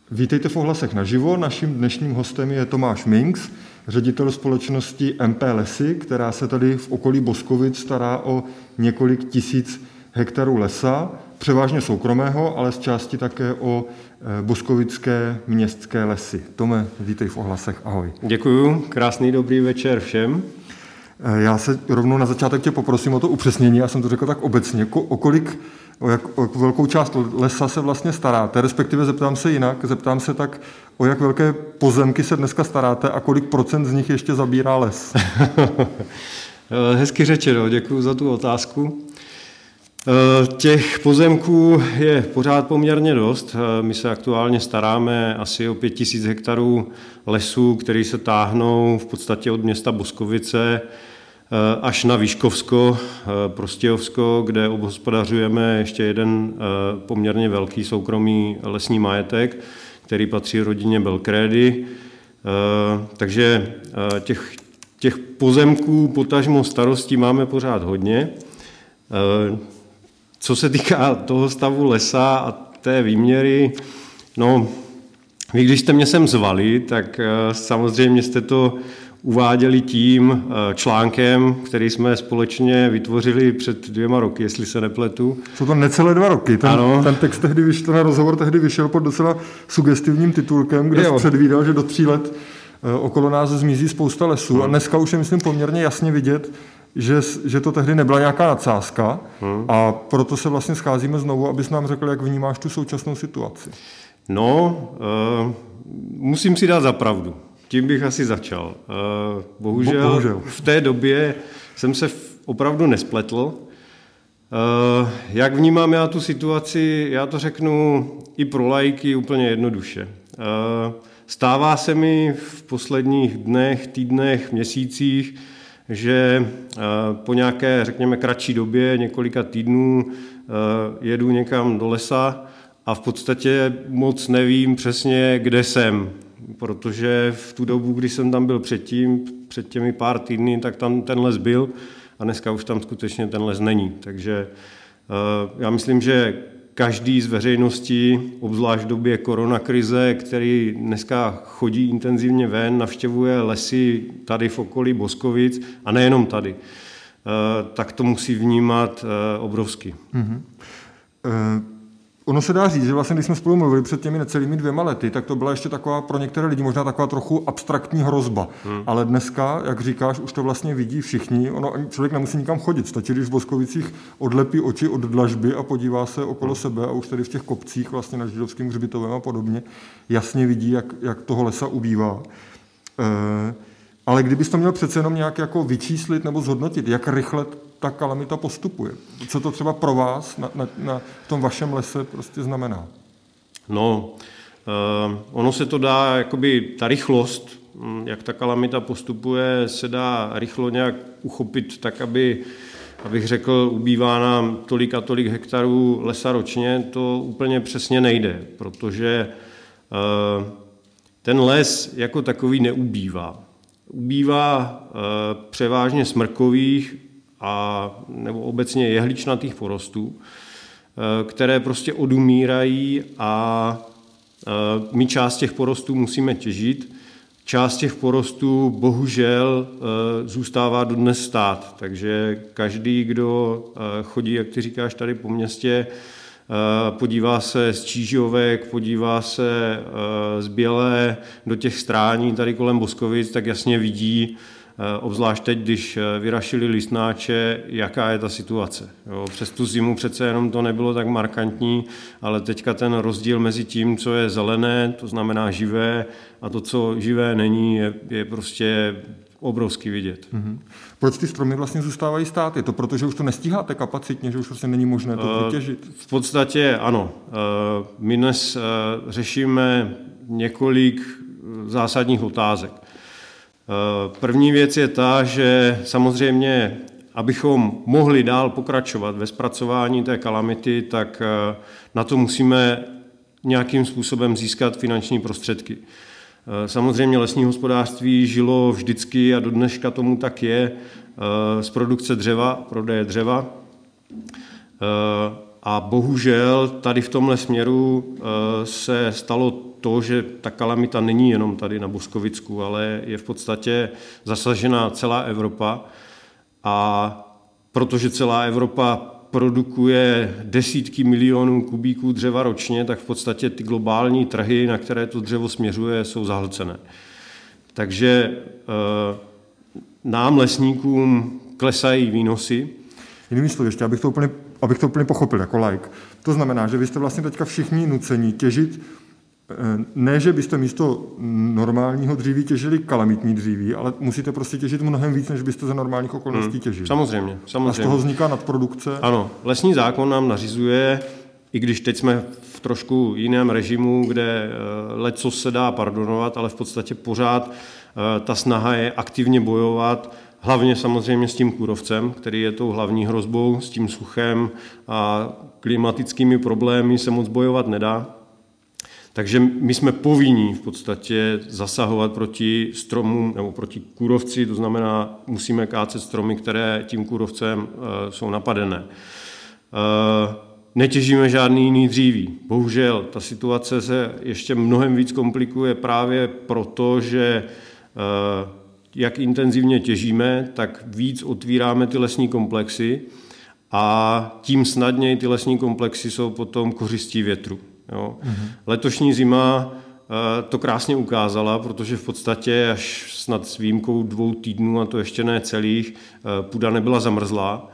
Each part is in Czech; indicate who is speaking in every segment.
Speaker 1: Vítejte v Ohlasech naživo. Naším dnešním hostem je Tomáš Minks, ředitel společnosti MP Lesy, která se tady v okolí Boskovic stará o několik tisíc hektarů lesa, převážně soukromého, ale z části také o boskovické městské lesy. Tome, vítej v Ohlasech, ahoj.
Speaker 2: Děkuju, krásný dobrý večer všem.
Speaker 1: Já se rovnou na začátek tě poprosím o to upřesnění, já jsem to řekl tak obecně, o jak velkou část lesa se vlastně staráte, respektive zeptám se jinak, zeptám se tak, o jak velké pozemky se dneska staráte a kolik procent z nich ještě zabírá les?
Speaker 2: Hezky řečeno, děkuji za tu otázku. Těch pozemků je pořád poměrně dost. My se aktuálně staráme asi o 5000 hektarů lesů, které se táhnou v podstatě od města Boskovice až na Výškovsko, Prostějovsko, kde obhospodařujeme ještě jeden poměrně velký soukromý lesní majetek, který patří rodině Belkrédy. Takže těch pozemků, potažmo starostí máme pořád hodně. Co se týká toho stavu lesa a té výměry, no, vy když jste mě sem zvali, tak samozřejmě jste to uváděli tím článkem, který jsme společně vytvořili před 2 roky, jestli se nepletu.
Speaker 1: Jsou to necelé 2 roky. Ten text tehdy vyšel, ten rozhovor tehdy vyšel pod docela sugestivním titulkem, kde jsi předvídal, že do 3 let okolo nás zmizí spousta lesů. A dneska už je, myslím, poměrně jasně vidět, že to tehdy nebyla nějaká nadsázka a proto se vlastně scházíme znovu, abys nám řekl, jak vnímáš tu současnou situaci.
Speaker 2: No, musím si dát za pravdu. Tím bych asi začal. Bohužel. V té době jsem se opravdu nespletl. Jak vnímám já tu situaci, já to řeknu i pro laiky úplně jednoduše. Stává se mi v posledních dnech, týdnech, měsících, že po nějaké, řekněme, kratší době, několika týdnů, jedu někam do lesa a v podstatě moc nevím přesně, kde jsem, protože v tu dobu, kdy jsem tam byl před těmi pár týdny, tak tam ten les byl a dneska už tam skutečně ten les není. Takže já myslím, že každý z veřejnosti, obzvlášť v době koronakrize, který dneska chodí intenzivně ven, navštěvuje lesy tady v okolí Boskovic a nejenom tady, tak to musí vnímat obrovsky.
Speaker 1: Ono se dá říct, že vlastně, když jsme spolu mluvili před těmi necelými 2 lety, tak to byla ještě taková pro některé lidi možná taková trochu abstraktní hrozba. Ale dneska, jak říkáš, už to vlastně vidí všichni. Člověk nemusí nikam chodit, stačí, když v Boskovicích odlepí oči od dlažby a podívá se okolo sebe a už tady v těch kopcích vlastně na Židovském hřbitovém a podobně jasně vidí, jak toho lesa ubývá. Ale kdybys to měl přece jenom nějak jako vyčíslit nebo zhodnotit, jak rychle ta kalamita postupuje? Co to třeba pro vás na tom vašem lese prostě znamená?
Speaker 2: No, ono se to dá, jakoby ta rychlost, jak ta kalamita postupuje, se dá rychlo nějak uchopit tak, abych řekl, ubývá nám tolik a tolik hektarů lesa ročně, to úplně přesně nejde, protože ten les jako takový neubývá. Ubývá převážně smrkových nebo obecně jehličnatých porostů, které prostě odumírají a my část těch porostů musíme těžit. Část těch porostů bohužel zůstává dodnes stát, takže každý, kdo chodí, jak ty říkáš, tady po městě, podívá se z Čížovek, podívá se z Bělé do těch strání tady kolem Boskovic, tak jasně vidí, obzvlášť teď, když vyrašili listnáče, jaká je ta situace. Jo, přes tu zimu přece jenom to nebylo tak markantní, ale teďka ten rozdíl mezi tím, co je zelené, to znamená živé, a to, co živé není, je prostě obrovsky vidět.
Speaker 1: Proč ty stromy vlastně zůstávají stát? Je to proto, že už to nestíháte kapacitně, že už vlastně není možné to vytěžit?
Speaker 2: V podstatě ano. My dnes řešíme několik zásadních otázek. První věc je ta, že samozřejmě, abychom mohli dál pokračovat ve zpracování té kalamity, tak na to musíme nějakým způsobem získat finanční prostředky. Samozřejmě lesní hospodářství žilo vždycky a do dneška tomu tak je z produkce dřeva, prodeje dřeva. A bohužel tady v tomhle směru se stalo to, že ta kalamita není jenom tady na Boskovicku, ale je v podstatě zasažená celá Evropa. A protože celá Evropa produkuje desítky milionů kubíků dřeva ročně, tak v podstatě ty globální trhy, na které to dřevo směřuje, jsou zahlcené. Takže nám, lesníkům, klesají výnosy.
Speaker 1: Jinými slovy, ještě abych to úplně pochopil jako laik. To znamená, že vy jste vlastně teďka všichni nuceni těžit, ne, že byste místo normálního dříví těžili kalamitní dříví, ale musíte prostě těžit mnohem víc, než byste za normálních okolností těžili.
Speaker 2: Samozřejmě.
Speaker 1: A z toho vzniká nadprodukce?
Speaker 2: Ano, lesní zákon nám nařizuje, i když teď jsme v trošku jiném režimu, kde leco se dá pardonovat, ale v podstatě pořád ta snaha je aktivně bojovat, hlavně samozřejmě s tím kůrovcem, který je tou hlavní hrozbou, s tím suchem a klimatickými problémy se moc bojovat nedá. Takže my jsme povinni v podstatě zasahovat proti stromům nebo proti kůrovci, to znamená, musíme kácet stromy, které tím kůrovcem jsou napadené. Netěžíme žádný jiný dříví. Bohužel ta situace se ještě mnohem víc komplikuje právě proto, že jak intenzivně těžíme, tak víc otvíráme ty lesní komplexy a tím snadněji ty lesní komplexy jsou potom kořistí větru. Jo. Letošní zima to krásně ukázala, protože v podstatě až snad s výjimkou 2 týdnů, a to ještě ne celých, půda nebyla zamrzlá.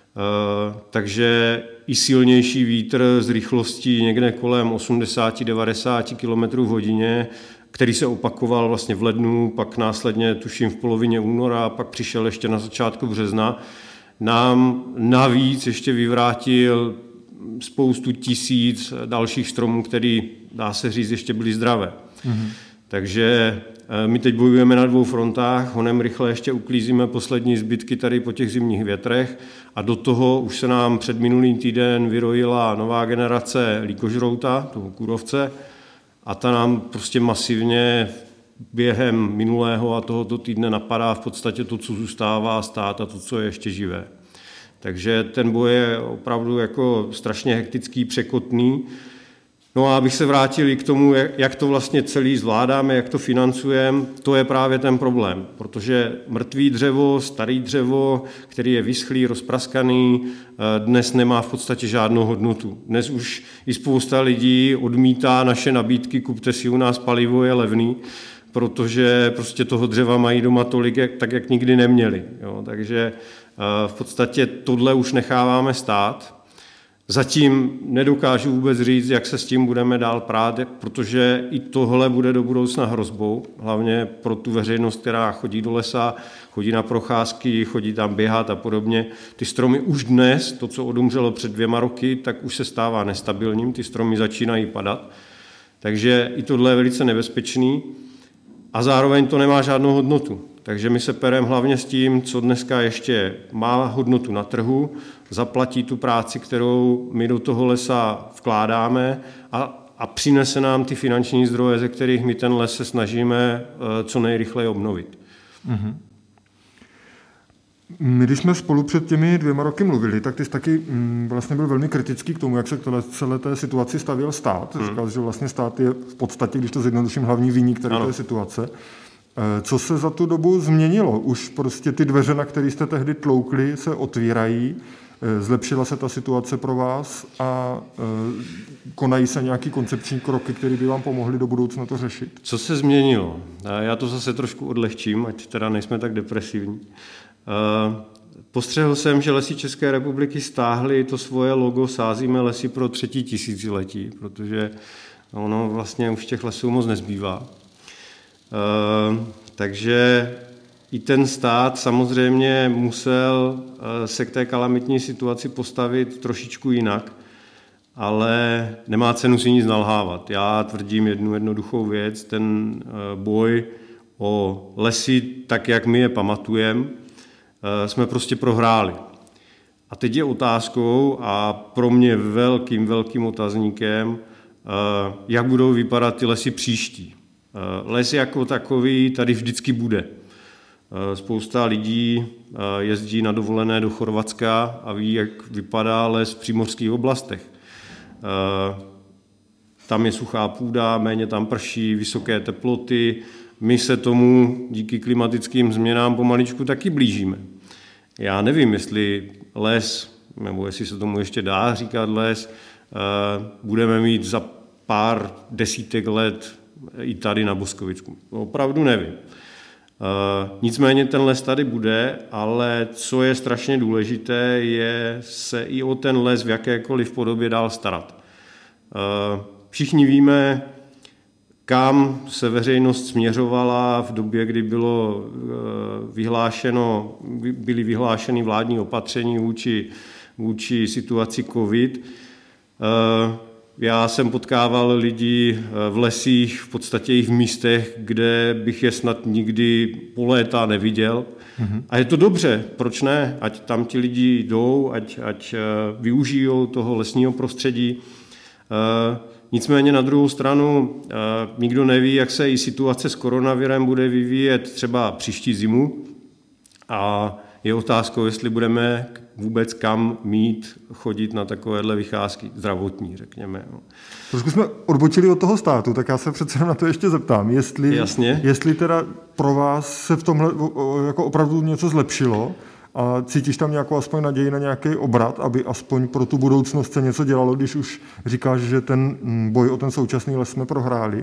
Speaker 2: Takže i silnější vítr s rychlostí někde kolem 80-90 km v hodině, který se opakoval vlastně v lednu, pak následně tuším v polovině února, pak přišel ještě na začátku března, nám navíc ještě vyvrátil spoustu tisíc dalších stromů, které, dá se říct, ještě byly zdravé. Takže my teď bojujeme na 2 frontách, honem rychle ještě uklízíme poslední zbytky tady po těch zimních větrech a do toho už se nám před minulý týden vyrojila nová generace líkožrouta, toho kůrovce, a ta nám prostě masivně během minulého a tohoto týdne napadá v podstatě to, co zůstává stát a to, co je ještě živé. Takže ten boj je opravdu jako strašně hektický, překotný. No a abych se vrátil k tomu, jak to vlastně celý zvládáme, jak to financujeme, to je právě ten problém, protože mrtvý dřevo, starý dřevo, který je vyschlý, rozpraskaný, dnes nemá v podstatě žádnou hodnotu. Dnes už i spousta lidí odmítá naše nabídky, kupte si u nás palivo, je levný, protože prostě toho dřeva mají doma tolik, tak jak nikdy neměli. Jo, takže v podstatě tohle už necháváme stát. Zatím nedokážu vůbec říct, jak se s tím budeme dál prát, protože i tohle bude do budoucna hrozbou, hlavně pro tu veřejnost, která chodí do lesa, chodí na procházky, chodí tam běhat a podobně. Ty stromy už dnes, to, co odumřelo před 2 roky, tak už se stává nestabilním, ty stromy začínají padat. Takže i tohle je velice nebezpečný a zároveň to nemá žádnou hodnotu. Takže my se pereme hlavně s tím, co dneska ještě má hodnotu na trhu, zaplatí tu práci, kterou my do toho lesa vkládáme a přinese nám ty finanční zdroje, ze kterých my ten les se snažíme co nejrychleji obnovit.
Speaker 1: Mm-hmm. My, když jsme spolu před těmi 2 roky mluvili, tak ty jsi taky vlastně byl velmi kritický k tomu, jak se k celé té situaci stavěl stát. Říkal, že vlastně stát je v podstatě, když to zjednoduším, hlavní viník té situace. Co se za tu dobu změnilo? Už prostě ty dveře, na které jste tehdy tloukli, se otvírají, zlepšila se ta situace pro vás a konají se nějaké koncepční kroky, které by vám pomohly do budoucna to řešit?
Speaker 2: Co se změnilo? Já to zase trošku odlehčím, ať teda nejsme tak depresivní. Postřehl jsem, že Lesy České republiky stáhly to svoje logo Sázíme lesy pro 3. tisíciletí, protože ono vlastně už těch lesů moc nezbývá. Takže i ten stát samozřejmě musel se k té kalamitní situaci postavit trošičku jinak, ale nemá cenu si nic nalhávat. Já tvrdím jednu jednoduchou věc, ten boj o lesy, tak jak my je pamatujeme, jsme prostě prohráli. A teď je otázkou a pro mě velkým otazníkem, jak budou vypadat ty lesy příští. Les jako takový tady vždycky bude. Spousta lidí jezdí na dovolené do Chorvatska a ví, jak vypadá les v přímořských oblastech. Tam je suchá půda, méně tam prší, vysoké teploty. My se tomu díky klimatickým změnám pomaličku taky blížíme. Já nevím, jestli les, nebo jestli se tomu ještě dá říkat les, budeme mít za pár desítek let i tady na Boskovicku. Opravdu nevím. Nicméně ten les tady bude, ale co je strašně důležité, je se i o ten les v jakékoliv podobě dál starat. Všichni víme, kam se veřejnost směřovala v době, kdy byly vyhlášeny vládní opatření vůči situaci COVID. Já jsem potkával lidi v lesích, v podstatě i v místech, kde bych je snad nikdy po léta neviděl. A je to dobře, proč ne? Ať tam ti lidi jdou, ať využijou toho lesního prostředí. Nicméně na druhou stranu nikdo neví, jak se i situace s koronavirem bude vyvíjet třeba příští zimu a je otázkou, jestli budeme vůbec kam mít chodit na takovéhle vycházky zdravotní, řekněme. No.
Speaker 1: Trošku jsme odbočili od toho státu, tak já se přece na to ještě zeptám, jestli teda pro vás se v tomhle jako opravdu něco zlepšilo a cítíš tam nějakou aspoň naději na nějaký obrat, aby aspoň pro tu budoucnost se něco dělalo, když už říkáš, že ten boj o ten současný les jsme prohráli?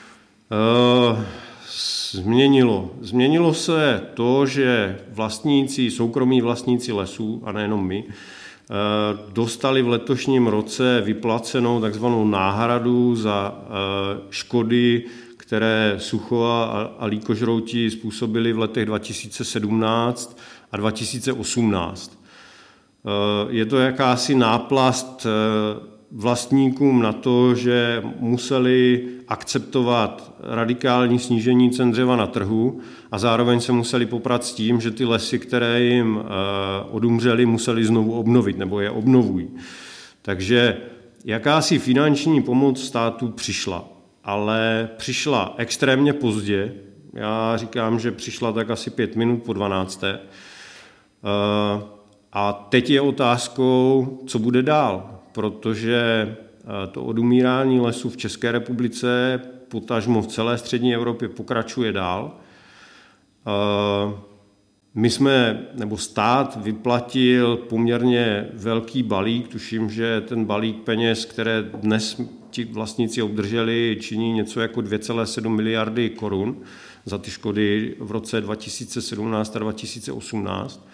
Speaker 2: Změnilo se to, že soukromí vlastníci lesů, a nejenom my, dostali v letošním roce vyplacenou takzvanou náhradu za škody, které sucho a líkožrouti způsobili v letech 2017 a 2018. Je to jakási náplast vlastníkům na to, že museli akceptovat radikální snížení cen dřeva na trhu a zároveň se museli poprat s tím, že ty lesy, které jim odumřely, museli znovu obnovit nebo je obnovují. Takže jakási finanční pomoc státu přišla, ale přišla extrémně pozdě. Já říkám, že přišla tak asi 5 minut po 12. A teď je otázkou, co bude dál, protože to odumírání lesů v České republice, potažmo v celé střední Evropě, pokračuje dál. Stát vyplatil poměrně velký balík, tuším, že ten balík peněz, které dnes ti vlastníci obdrželi, činí něco jako 2,7 miliardy korun za ty škody v roce 2017 a 2018.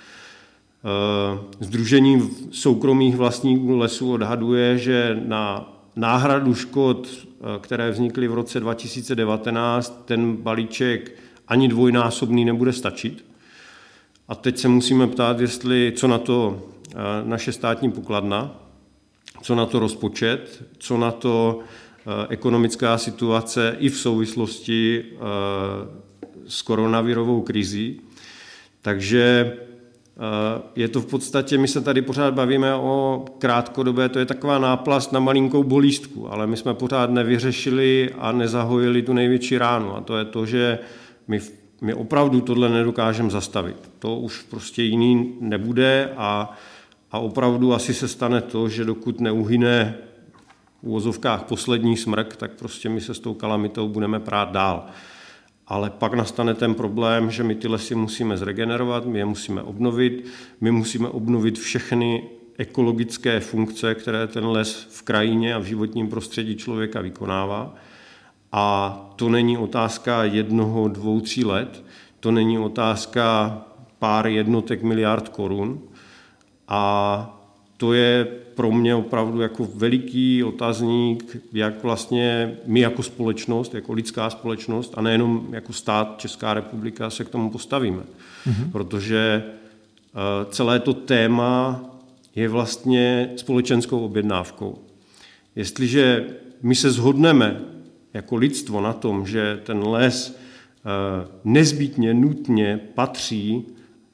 Speaker 2: Sdružení soukromých vlastníků lesů odhaduje, že na náhradu škod, které vznikly v roce 2019, ten balíček ani dvojnásobný nebude stačit. A teď se musíme ptát, co na to naše státní pokladna, co na to rozpočet, co na to ekonomická situace i v souvislosti s koronavirovou krizí. Takže je to v podstatě, my se tady pořád bavíme o krátkodobé, to je taková náplast na malinkou bolístku, ale my jsme pořád nevyřešili a nezahojili tu největší ránu a to je to, že my opravdu tohle nedokážeme zastavit. To už prostě jiný nebude a opravdu asi se stane to, že dokud neuhyne v uvozovkách poslední smrk, tak prostě my se s tou kalamitou budeme prát dál. Ale pak nastane ten problém, že my ty lesy musíme zregenerovat, my je musíme obnovit, my musíme obnovit všechny ekologické funkce, které ten les v krajině a v životním prostředí člověka vykonává. A to není otázka 1, 2, 3 let, to není otázka pár jednotek miliard korun. A to je pro mě opravdu jako veliký otazník, jak vlastně my jako společnost, jako lidská společnost a nejenom jako stát Česká republika se k tomu postavíme. Protože celé to téma je vlastně společenskou objednávkou. Jestliže my se shodneme jako lidstvo na tom, že ten les nezbytně, nutně patří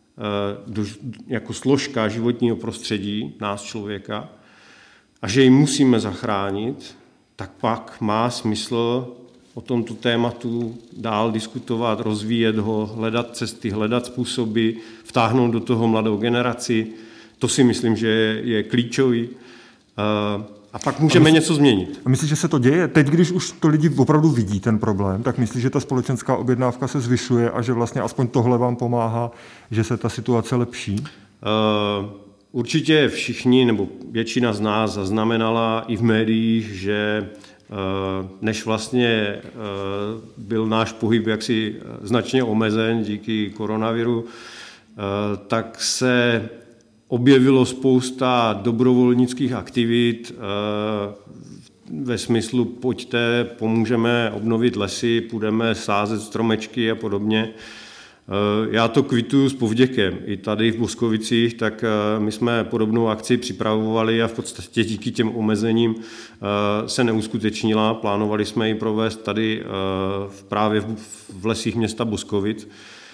Speaker 2: jako složka životního prostředí nás člověka a že ji musíme zachránit, tak pak má smysl o tomto tématu dál diskutovat, rozvíjet ho, hledat cesty, hledat způsoby, vtáhnout do toho mladou generaci. To si myslím, že je klíčový. A pak můžeme něco změnit.
Speaker 1: A myslíš, že se to děje? Teď, když už to lidi opravdu vidí ten problém, tak myslíš, že ta společenská objednávka se zvyšuje a že vlastně aspoň tohle vám pomáhá, že se ta situace lepší?
Speaker 2: Určitě všichni, nebo většina z nás zaznamenala i v médiích, že než vlastně byl náš pohyb jaksi značně omezen díky koronaviru, tak se objevilo spousta dobrovolnických aktivit ve smyslu pojďte, pomůžeme obnovit lesy, půjdeme sázet stromečky a podobně. Já to kvituju s povděkem. I tady v Boskovicích, tak my jsme podobnou akci připravovali a v podstatě díky těm omezením se neuskutečnila. Plánovali jsme ji provést tady právě v lesích města Boskovic.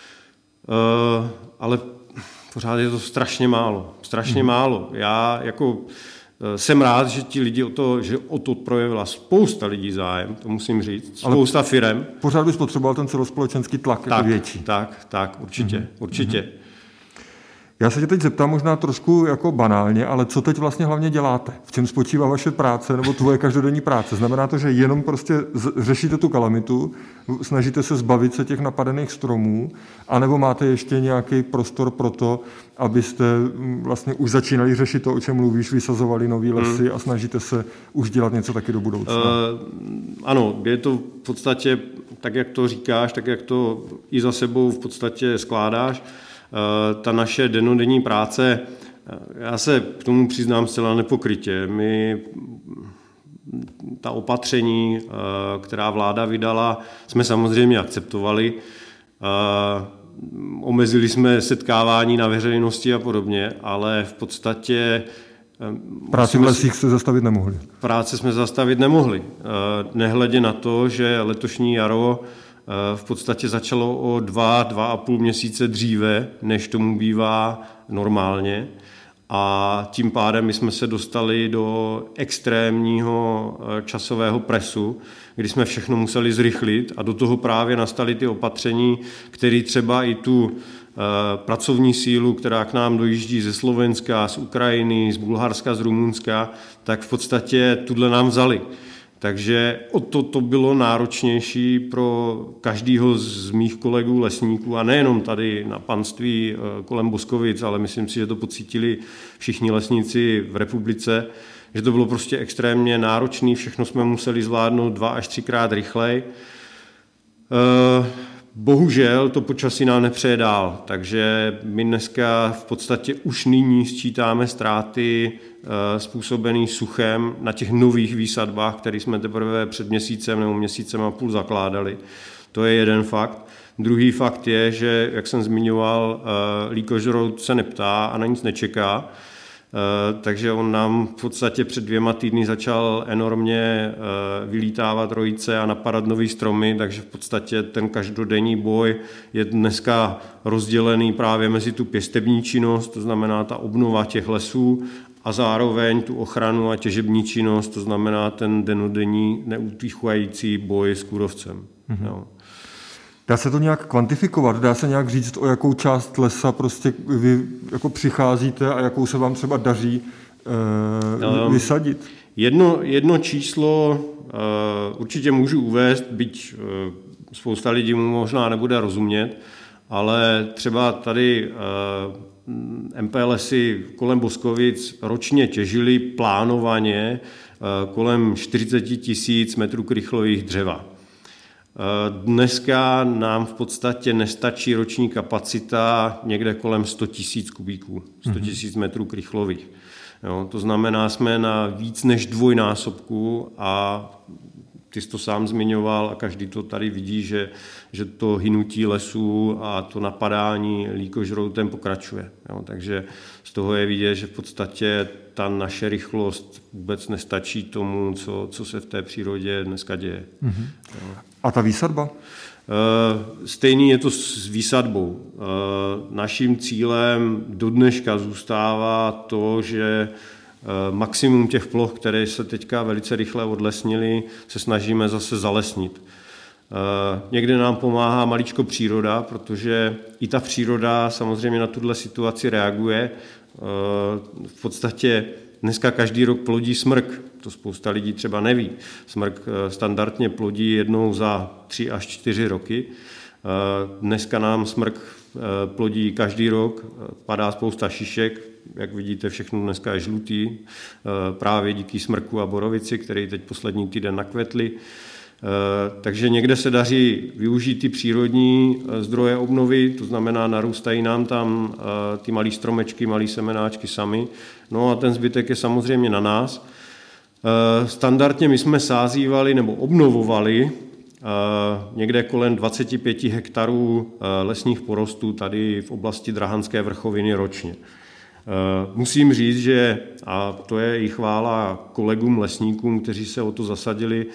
Speaker 2: Ale pořád je to strašně málo. Strašně málo. Já jako jsem rád, že ti lidi o to projevila spousta lidí zájem, to musím říct, spousta firem.
Speaker 1: Pořád bys potřeboval ten celospolečenský tlak větší.
Speaker 2: Tak, určitě.
Speaker 1: Já se tě teď zeptám možná trošku jako banálně, ale co teď vlastně hlavně děláte? V čem spočívá vaše práce nebo tvoje každodenní práce? Znamená to, že jenom prostě řešíte tu kalamitu, snažíte se zbavit se těch napadených stromů, anebo máte ještě nějaký prostor pro to, abyste vlastně už začínali řešit to, o čem mluvíš, vysazovali nový lesy a snažíte se už dělat něco taky do budoucna?
Speaker 2: Ano, je to v podstatě tak, jak to říkáš, tak, jak to i za sebou v podstatě skládáš. Ta naše dennodenní práce, já se k tomu přiznám zcela nepokrytě. My ta opatření, která vláda vydala, jsme samozřejmě akceptovali. Omezili jsme setkávání na veřejnosti a podobně, ale v podstatě...
Speaker 1: Práci v lesích se zastavit nemohli.
Speaker 2: Práce jsme zastavit nemohli. Nehledě na to, že letošní jaro v podstatě začalo o 2,5 měsíce dříve, než tomu bývá normálně. A tím pádem my jsme se dostali do extrémního časového presu, kdy jsme všechno museli zrychlit a do toho právě nastaly ty opatření, které třeba i tu pracovní sílu, která k nám dojíždí ze Slovenska, z Ukrajiny, z Bulharska, z Rumunska, tak v podstatě tuhle nám vzali. Takže o to bylo náročnější pro každého z mých kolegů lesníků a nejenom tady na panství kolem Boskovic, ale myslím si, že to pocítili všichni lesníci v republice, že to bylo prostě extrémně náročné, všechno jsme museli zvládnout 2 až 3krát rychleji. Bohužel to počasí nám nepřeje dál, takže my dneska v podstatě už nyní sčítáme ztráty způsobený suchem na těch nových výsadbách, které jsme teprve před měsícem nebo měsícem a půl zakládali. To je jeden fakt. Druhý fakt je, že, jak jsem zmiňoval, líkožrout se neptá a na nic nečeká, takže on nám v podstatě před 2 týdny začal enormně vylítávat rojice a napadat nový stromy, takže v podstatě ten každodenní boj je dneska rozdělený právě mezi tu pěstební činnost, to znamená ta obnova těch lesů, a zároveň tu ochranu a těžební činnost, to znamená ten dennodenní neutichující boj s kůrovcem. Jo.
Speaker 1: Dá se to nějak kvantifikovat? Dá se nějak říct, o jakou část lesa prostě vy jako přicházíte a jakou se vám třeba daří vysadit?
Speaker 2: Jedno číslo určitě můžu uvést, byť spousta lidí mu možná nebude rozumět, ale třeba tady MP lesy kolem Boskovic ročně těžili plánovaně kolem 40 000 metrů krychlových dřeva. Dneska nám v podstatě nestačí roční kapacita někde kolem 100 000 kubíků, 100 000 metrů krychlových. Jo, to znamená, jsme na víc než dvojnásobku a ty jsi to sám zmiňoval a každý to tady vidí, že to hynutí lesů a to napadání líkožroutem pokračuje. Jo, takže z toho je vidět, že v podstatě ta naše rychlost vůbec nestačí tomu, co se v té přírodě dneska děje. Jo.
Speaker 1: A ta výsadba?
Speaker 2: Stejný je to s výsadbou. Naším cílem do dneška zůstává to, že maximum těch ploch, které se teďka velice rychle odlesnily, se snažíme zase zalesnit. Někde nám pomáhá maličko příroda, protože i ta příroda samozřejmě na tuhle situaci reaguje. V podstatě dneska každý rok plodí smrk, to spousta lidí třeba neví. Smrk standardně plodí jednou za 3 až 4 roky. Dneska nám smrk plodí každý rok, padá spousta šišek, jak vidíte, všechno dneska je žlutý, právě díky smrku a borovici, který teď poslední týden nakvetly. Takže někde se daří využít ty přírodní zdroje obnovy, to znamená, narůstají nám tam ty malé stromečky, malé semenáčky sami. No a ten zbytek je samozřejmě na nás. Standardně my jsme sázívali nebo obnovovali někde kolem 25 hektarů lesních porostů tady v oblasti Drahanské vrchoviny ročně. Musím říct, že, a to je i chvála kolegům lesníkům, kteří se o to zasadili,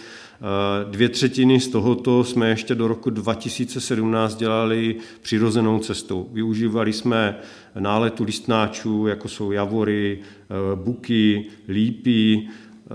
Speaker 2: 2/3 z tohoto jsme ještě do roku 2017 dělali přirozenou cestou. Využívali jsme náletu listnáčů, jako jsou javory, buky, lípy,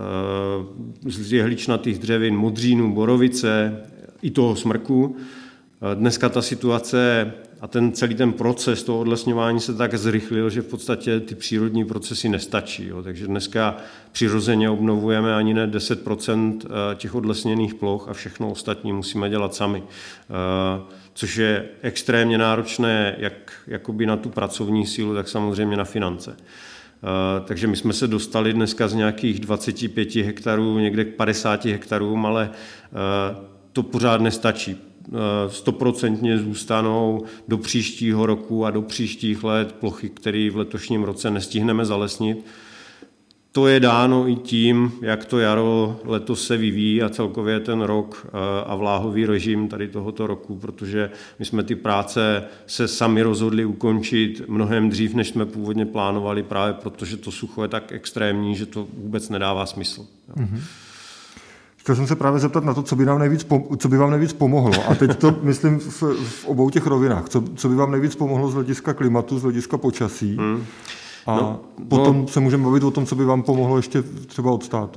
Speaker 2: z jehličnatých dřevin, modřínu, borovice, i toho smrku. Dneska ta situace a celý ten proces toho odlesňování se tak zrychlil, že v podstatě ty přírodní procesy nestačí. Jo. Takže dneska přirozeně obnovujeme ani ne 10% těch odlesněných ploch a všechno ostatní musíme dělat sami. Což je extrémně náročné jak jakoby na tu pracovní sílu, tak samozřejmě na finance. Takže my jsme se dostali dneska z nějakých 25 hektarů někde k 50 hektarům, ale to pořád nestačí. 100% zůstanou do příštího roku a do příštích let plochy, které v letošním roce nestihneme zalesnit. To je dáno i tím, jak to jaro letos se vyvíjí a celkově ten rok a vláhový režim tady tohoto roku, protože my jsme ty práce se sami rozhodli ukončit mnohem dřív, než jsme původně plánovali, právě protože to sucho je tak extrémní, že to vůbec nedává smysl. Mm-hmm.
Speaker 1: Chtěl jsem se právě zeptat na to, co by vám nejvíc pomohlo. A teď to myslím v obou těch rovinách. Co by vám nejvíc pomohlo z hlediska klimatu, z hlediska počasí? A potom se můžeme bavit o tom, co by vám pomohlo ještě třeba od státu.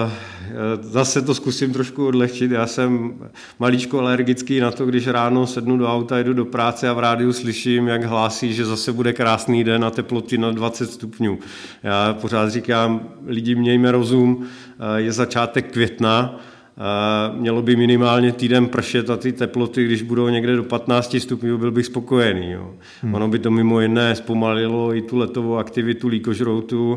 Speaker 2: Zase to zkusím trošku odlehčit. Já jsem maličko alergický na to, když ráno sednu do auta, jdu do práce a v rádiu slyším, jak hlásí, že zase bude krásný den a teploty na 20 stupňů. Já pořád říkám, lidi, mějme rozum, je začátek května, mělo by minimálně týden pršet a ty teploty, když budou někde do 15 stupňů, byl bych spokojený. Jo. Ono by to mimo jiné zpomalilo i tu letovou aktivitu líkožroutů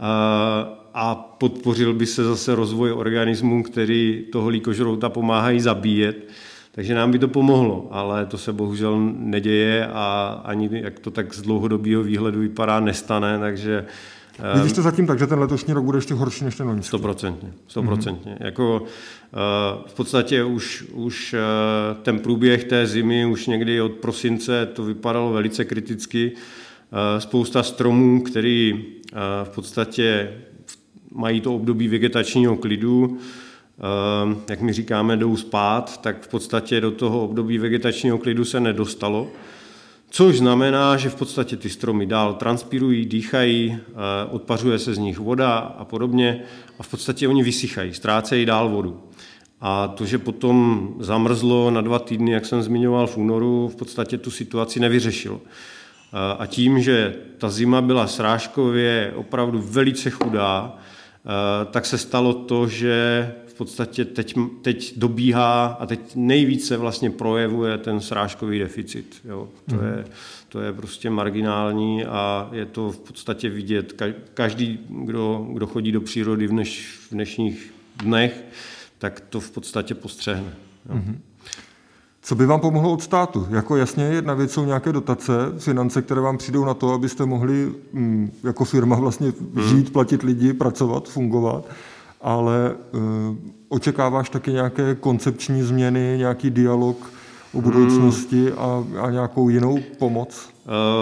Speaker 2: a podpořil by se zase rozvoj organismů, který toho líkožrouta pomáhají zabíjet. Takže nám by to pomohlo, ale to se bohužel neděje a ani jak to tak z dlouhodobého výhledu vypadá, nestane, takže
Speaker 1: vidíš to zatím tak, že ten letošní rok bude ještě horší než ten loňský?
Speaker 2: 100%. Jako, v podstatě už ten průběh té zimy, už někdy od prosince to vypadalo velice kriticky. Spousta stromů, který v podstatě mají to období vegetačního klidu, jak my říkáme, jdou spát, tak v podstatě do toho období vegetačního klidu se nedostalo. Což znamená, že v podstatě ty stromy dál transpirují, dýchají, odpařuje se z nich voda a podobně a v podstatě oni vysychají, ztrácejí dál vodu. A to, že potom zamrzlo na 2 týdny, jak jsem zmiňoval v únoru, v podstatě tu situaci nevyřešilo. A tím, že ta zima byla srážkově opravdu velice chudá, tak se stalo to, že v podstatě teď dobíhá a teď nejvíce vlastně projevuje ten srážkový deficit. Jo. To je prostě marginální a je to v podstatě vidět. Každý, kdo chodí do přírody v dnešních dnech, tak to v podstatě postřehne. Jo.
Speaker 1: Co by vám pomohlo od státu? Jako jasně jedna věc jsou nějaké dotace, finance, které vám přijdou na to, abyste mohli jako firma vlastně žít, platit lidi, pracovat, fungovat, ale očekáváš taky nějaké koncepční změny, nějaký dialog o budoucnosti a nějakou jinou pomoc?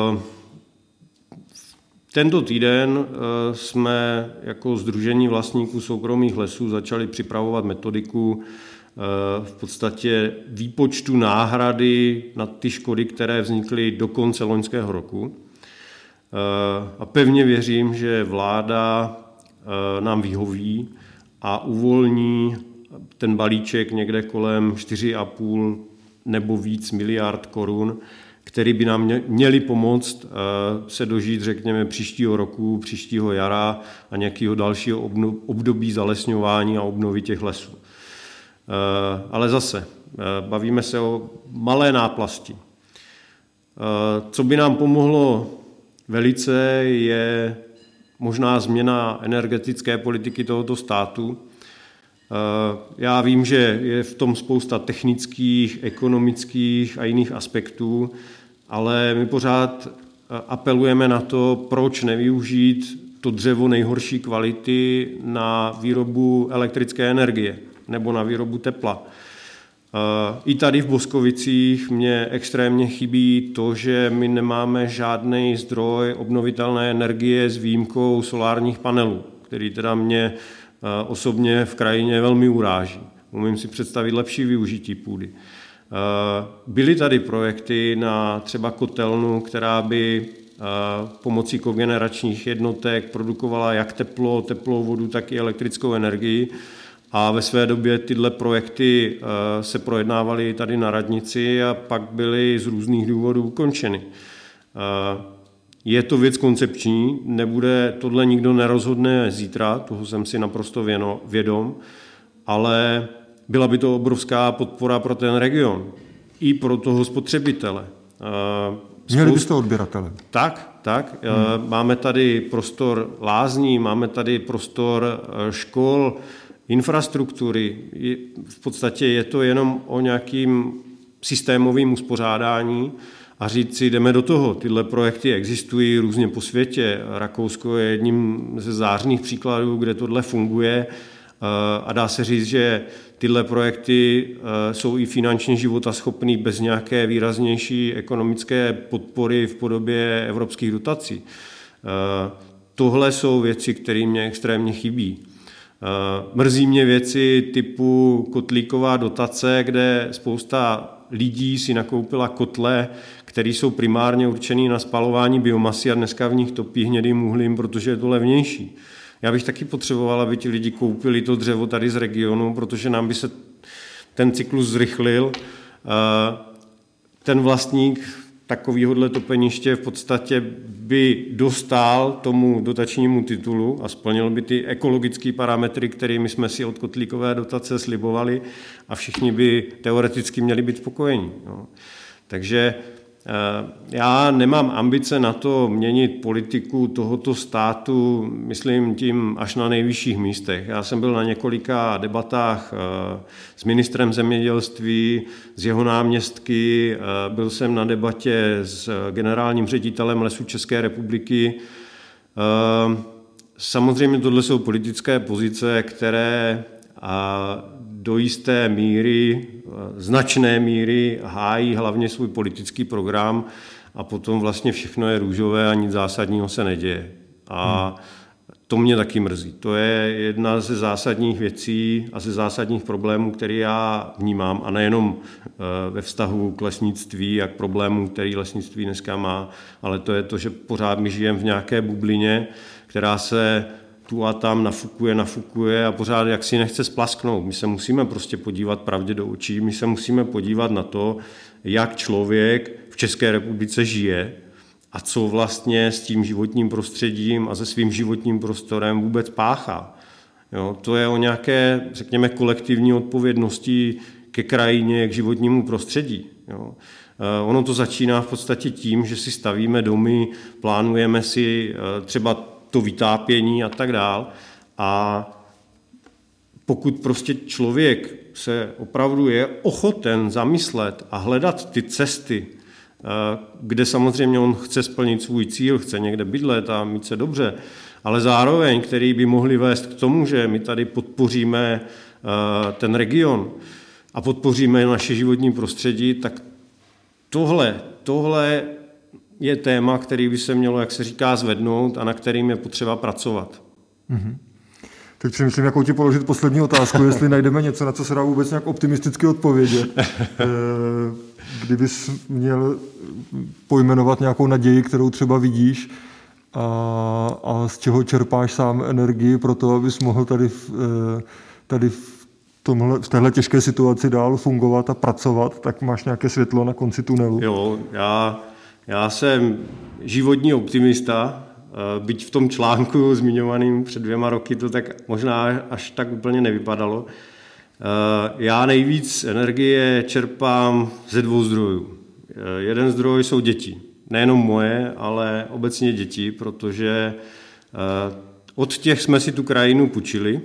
Speaker 2: Tento týden jsme jako Sdružení vlastníků soukromých lesů začali připravovat metodiku v podstatě výpočtu náhrady na ty škody, které vznikly do konce loňského roku. A pevně věřím, že vláda nám vyhoví a uvolní ten balíček někde kolem 4,5 nebo víc miliard korun, který by nám měli pomoct se dožít, řekněme, příštího roku, příštího jara a nějakého dalšího období zalesňování a obnovy těch lesů. Ale zase, bavíme se o malé náplasti. Co by nám pomohlo velice, je možná změna energetické politiky tohoto státu. Já vím, že je v tom spousta technických, ekonomických a jiných aspektů, ale my pořád apelujeme na to, proč nevyužít to dřevo nejhorší kvality na výrobu elektrické energie nebo na výrobu tepla. I tady v Boskovicích mě extrémně chybí to, že my nemáme žádný zdroj obnovitelné energie s výjimkou solárních panelů, který teda mě osobně v krajině velmi uráží. Umím si představit lepší využití půdy. Byly tady projekty na třeba kotelnu, která by pomocí kogeneračních jednotek produkovala jak teplou vodu, tak i elektrickou energii. A ve své době tyhle projekty se projednávaly tady na radnici a pak byly z různých důvodů ukončeny. Je to věc koncepční, nebude tohle nikdo nerozhodne zítra, toho jsem si naprosto vědom, ale byla by to obrovská podpora pro ten region i pro toho spotřebitele.
Speaker 1: Měli byste odběratele.
Speaker 2: Tak. Máme tady prostor lázní, máme tady prostor škol, infrastruktury. V podstatě je to jenom o nějakým systémovým uspořádání a říct si, jdeme do toho. Tyhle projekty existují různě po světě. Rakousko je jedním ze zářných příkladů, kde tohle funguje a dá se říct, že tyhle projekty jsou i finančně životaschopný bez nějaké výraznější ekonomické podpory v podobě evropských dotací. Tohle jsou věci, které mě extrémně chybí. Mrzí mě věci typu kotlíková dotace, kde spousta lidí si nakoupila kotle, které jsou primárně určené na spalování biomasy a dneska v nich topí hnědým uhlím, protože je to levnější. Já bych taky potřeboval, aby ti lidi koupili to dřevo tady z regionu, protože nám by se ten cyklus zrychlil. Ten vlastník takovýhodle topeniště v podstatě by dostal tomu dotačnímu titulu a splnil by ty ekologické parametry, kterými jsme si od kotlíkové dotace slibovali a všichni by teoreticky měli být spokojení. No. Takže já nemám ambice na to měnit politiku tohoto státu, myslím tím až na nejvyšších místech. Já jsem byl na několika debatách s ministrem zemědělství, s jeho náměstky, byl jsem na debatě s generálním ředitelem Lesů České republiky. Samozřejmě tohle jsou politické pozice, které do jisté míry, značné míry hájí hlavně svůj politický program a potom vlastně všechno je růžové a nic zásadního se neděje. A to mě taky mrzí. To je jedna ze zásadních věcí a ze zásadních problémů, které já vnímám, a nejenom ve vztahu k lesnictví a k problémům, který lesnictví dneska má, ale to je to, že pořád my žijeme v nějaké bublině, která se tu a tam nafukuje a pořád jak si nechce splasknout. My se musíme prostě podívat pravdě do očí, my se musíme podívat na to, jak člověk v České republice žije a co vlastně s tím životním prostředím a se svým životním prostorem vůbec páchá. Jo, to je o nějaké, řekněme, kolektivní odpovědnosti ke krajině, k životnímu prostředí. Jo. Ono to začíná v podstatě tím, že si stavíme domy, plánujeme si třeba to vytápění a tak dál. A pokud prostě člověk se opravdu je ochoten zamyslet a hledat ty cesty, kde samozřejmě on chce splnit svůj cíl, chce někde bydlet a mít se dobře, ale zároveň, který by mohli vést k tomu, že my tady podpoříme ten region a podpoříme naše životní prostředí, tak tohle je téma, který by se mělo, jak se říká, zvednout a na kterým je potřeba pracovat.
Speaker 1: Mm-hmm. Tak přemýšlím, jakou ti položit poslední otázku, jestli najdeme něco, na co se dá vůbec nějak optimisticky odpovědět. Kdybys měl pojmenovat nějakou naději, kterou třeba vidíš a z čeho čerpáš sám energii pro to, abys mohl tady v v téhle těžké situaci dál fungovat a pracovat, tak máš nějaké světlo na konci tunelu?
Speaker 2: Jo, já jsem životní optimista, byť v tom článku zmiňovaným před 2 roky to tak možná až tak úplně nevypadalo. Já nejvíc energie čerpám ze 2 zdrojů. Jeden zdroj jsou děti. Nejenom moje, ale obecně děti, protože od těch jsme si tu krajinu půjčili.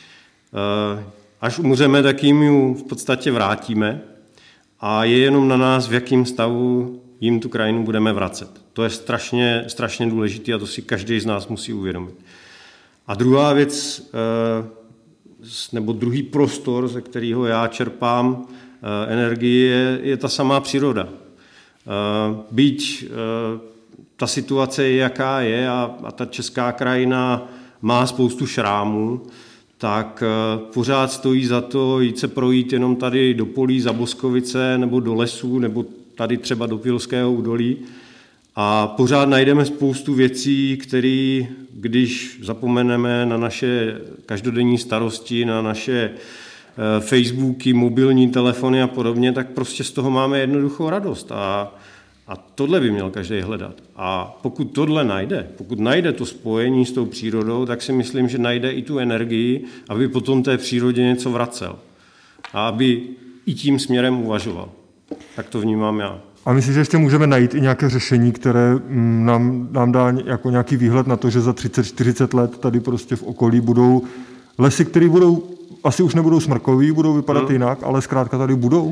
Speaker 2: Až umřeme, tak jim ji v podstatě vrátíme a je jenom na nás, v jakém stavu jim tu krajinu budeme vracet. To je strašně důležité a to si každý z nás musí uvědomit. A druhá věc, nebo druhý prostor, ze kterého já čerpám energii, je ta samá příroda. Byť ta situace je, jaká je a ta česká krajina má spoustu šrámů, tak pořád stojí za to jít se projít jenom tady do polí za Boskovice nebo do lesů nebo tady třeba do Pilského údolí a pořád najdeme spoustu věcí, které, když zapomeneme na naše každodenní starosti, na naše Facebooky, mobilní telefony a podobně, tak prostě z toho máme jednoduchou radost a tohle by měl každý hledat. A pokud tohle najde, pokud najde to spojení s tou přírodou, tak si myslím, že najde i tu energii, aby potom té přírodě něco vracel. A aby i tím směrem uvažoval. Tak to vnímám já.
Speaker 1: A myslím, že ještě můžeme najít i nějaké řešení, které nám dá jako nějaký výhled na to, že za 30-40 let tady prostě v okolí budou lesy, které asi už nebudou smrkový, budou vypadat jinak, ale zkrátka tady budou?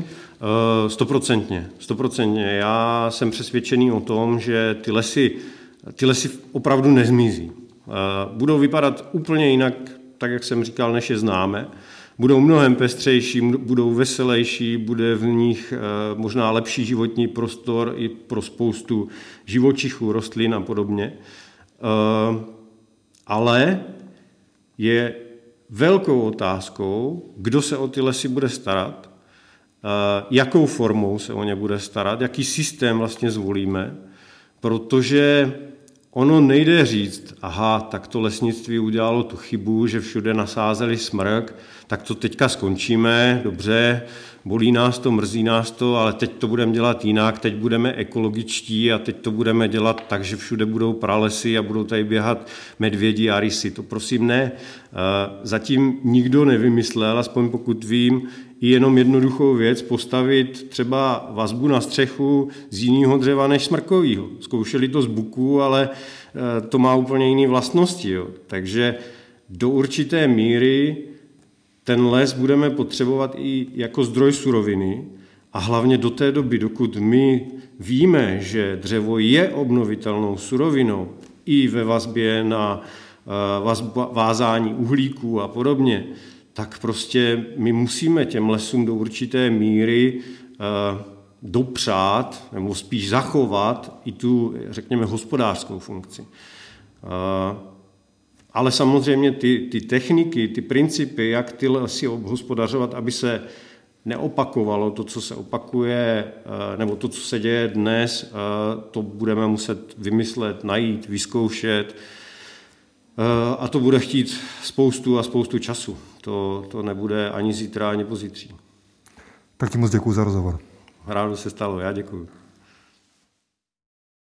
Speaker 2: 100%. Já jsem přesvědčený o tom, že ty lesy opravdu nezmizí. Budou vypadat úplně jinak, tak jak jsem říkal, než je známe. Budou mnohem pestřejší, budou veselější, bude v nich možná lepší životní prostor i pro spoustu živočichů, rostlin a podobně. Ale je velkou otázkou, kdo se o ty lesy bude starat, jakou formou se o ně bude starat, jaký systém vlastně zvolíme, protože ono nejde říct, aha, tak to lesnictví udělalo tu chybu, že všude nasázeli smrk, tak to teďka skončíme, dobře, bolí nás to, mrzí nás to, ale teď to budeme dělat jinak, teď budeme ekologičtí a teď to budeme dělat tak, že všude budou pralesy a budou tady běhat medvědi a rysy. To prosím ne. Zatím nikdo nevymyslel, aspoň pokud vím, i jenom jednoduchou věc, postavit třeba vazbu na střechu z jiného dřeva než smrkového. Zkoušeli to z buku, ale to má úplně jiné vlastnosti. Jo. Takže do určité míry ten les budeme potřebovat i jako zdroj suroviny a hlavně do té doby, dokud my víme, že dřevo je obnovitelnou surovinou i ve vazbě na vázání uhlíků a podobně, tak prostě my musíme těm lesům do určité míry dopřát nebo spíš zachovat i tu, řekněme, hospodářskou funkci. Ale samozřejmě ty techniky, ty principy, jak ty lesy obhospodařovat, aby se neopakovalo to, co se opakuje, nebo to, co se děje dnes, to budeme muset vymyslet, najít, vyzkoušet. A to bude chtít spoustu času. To nebude ani zítra, ani pozítří.
Speaker 1: Tak ti moc děkuju za rozhovor.
Speaker 2: Ráno se stalo, já děkuju.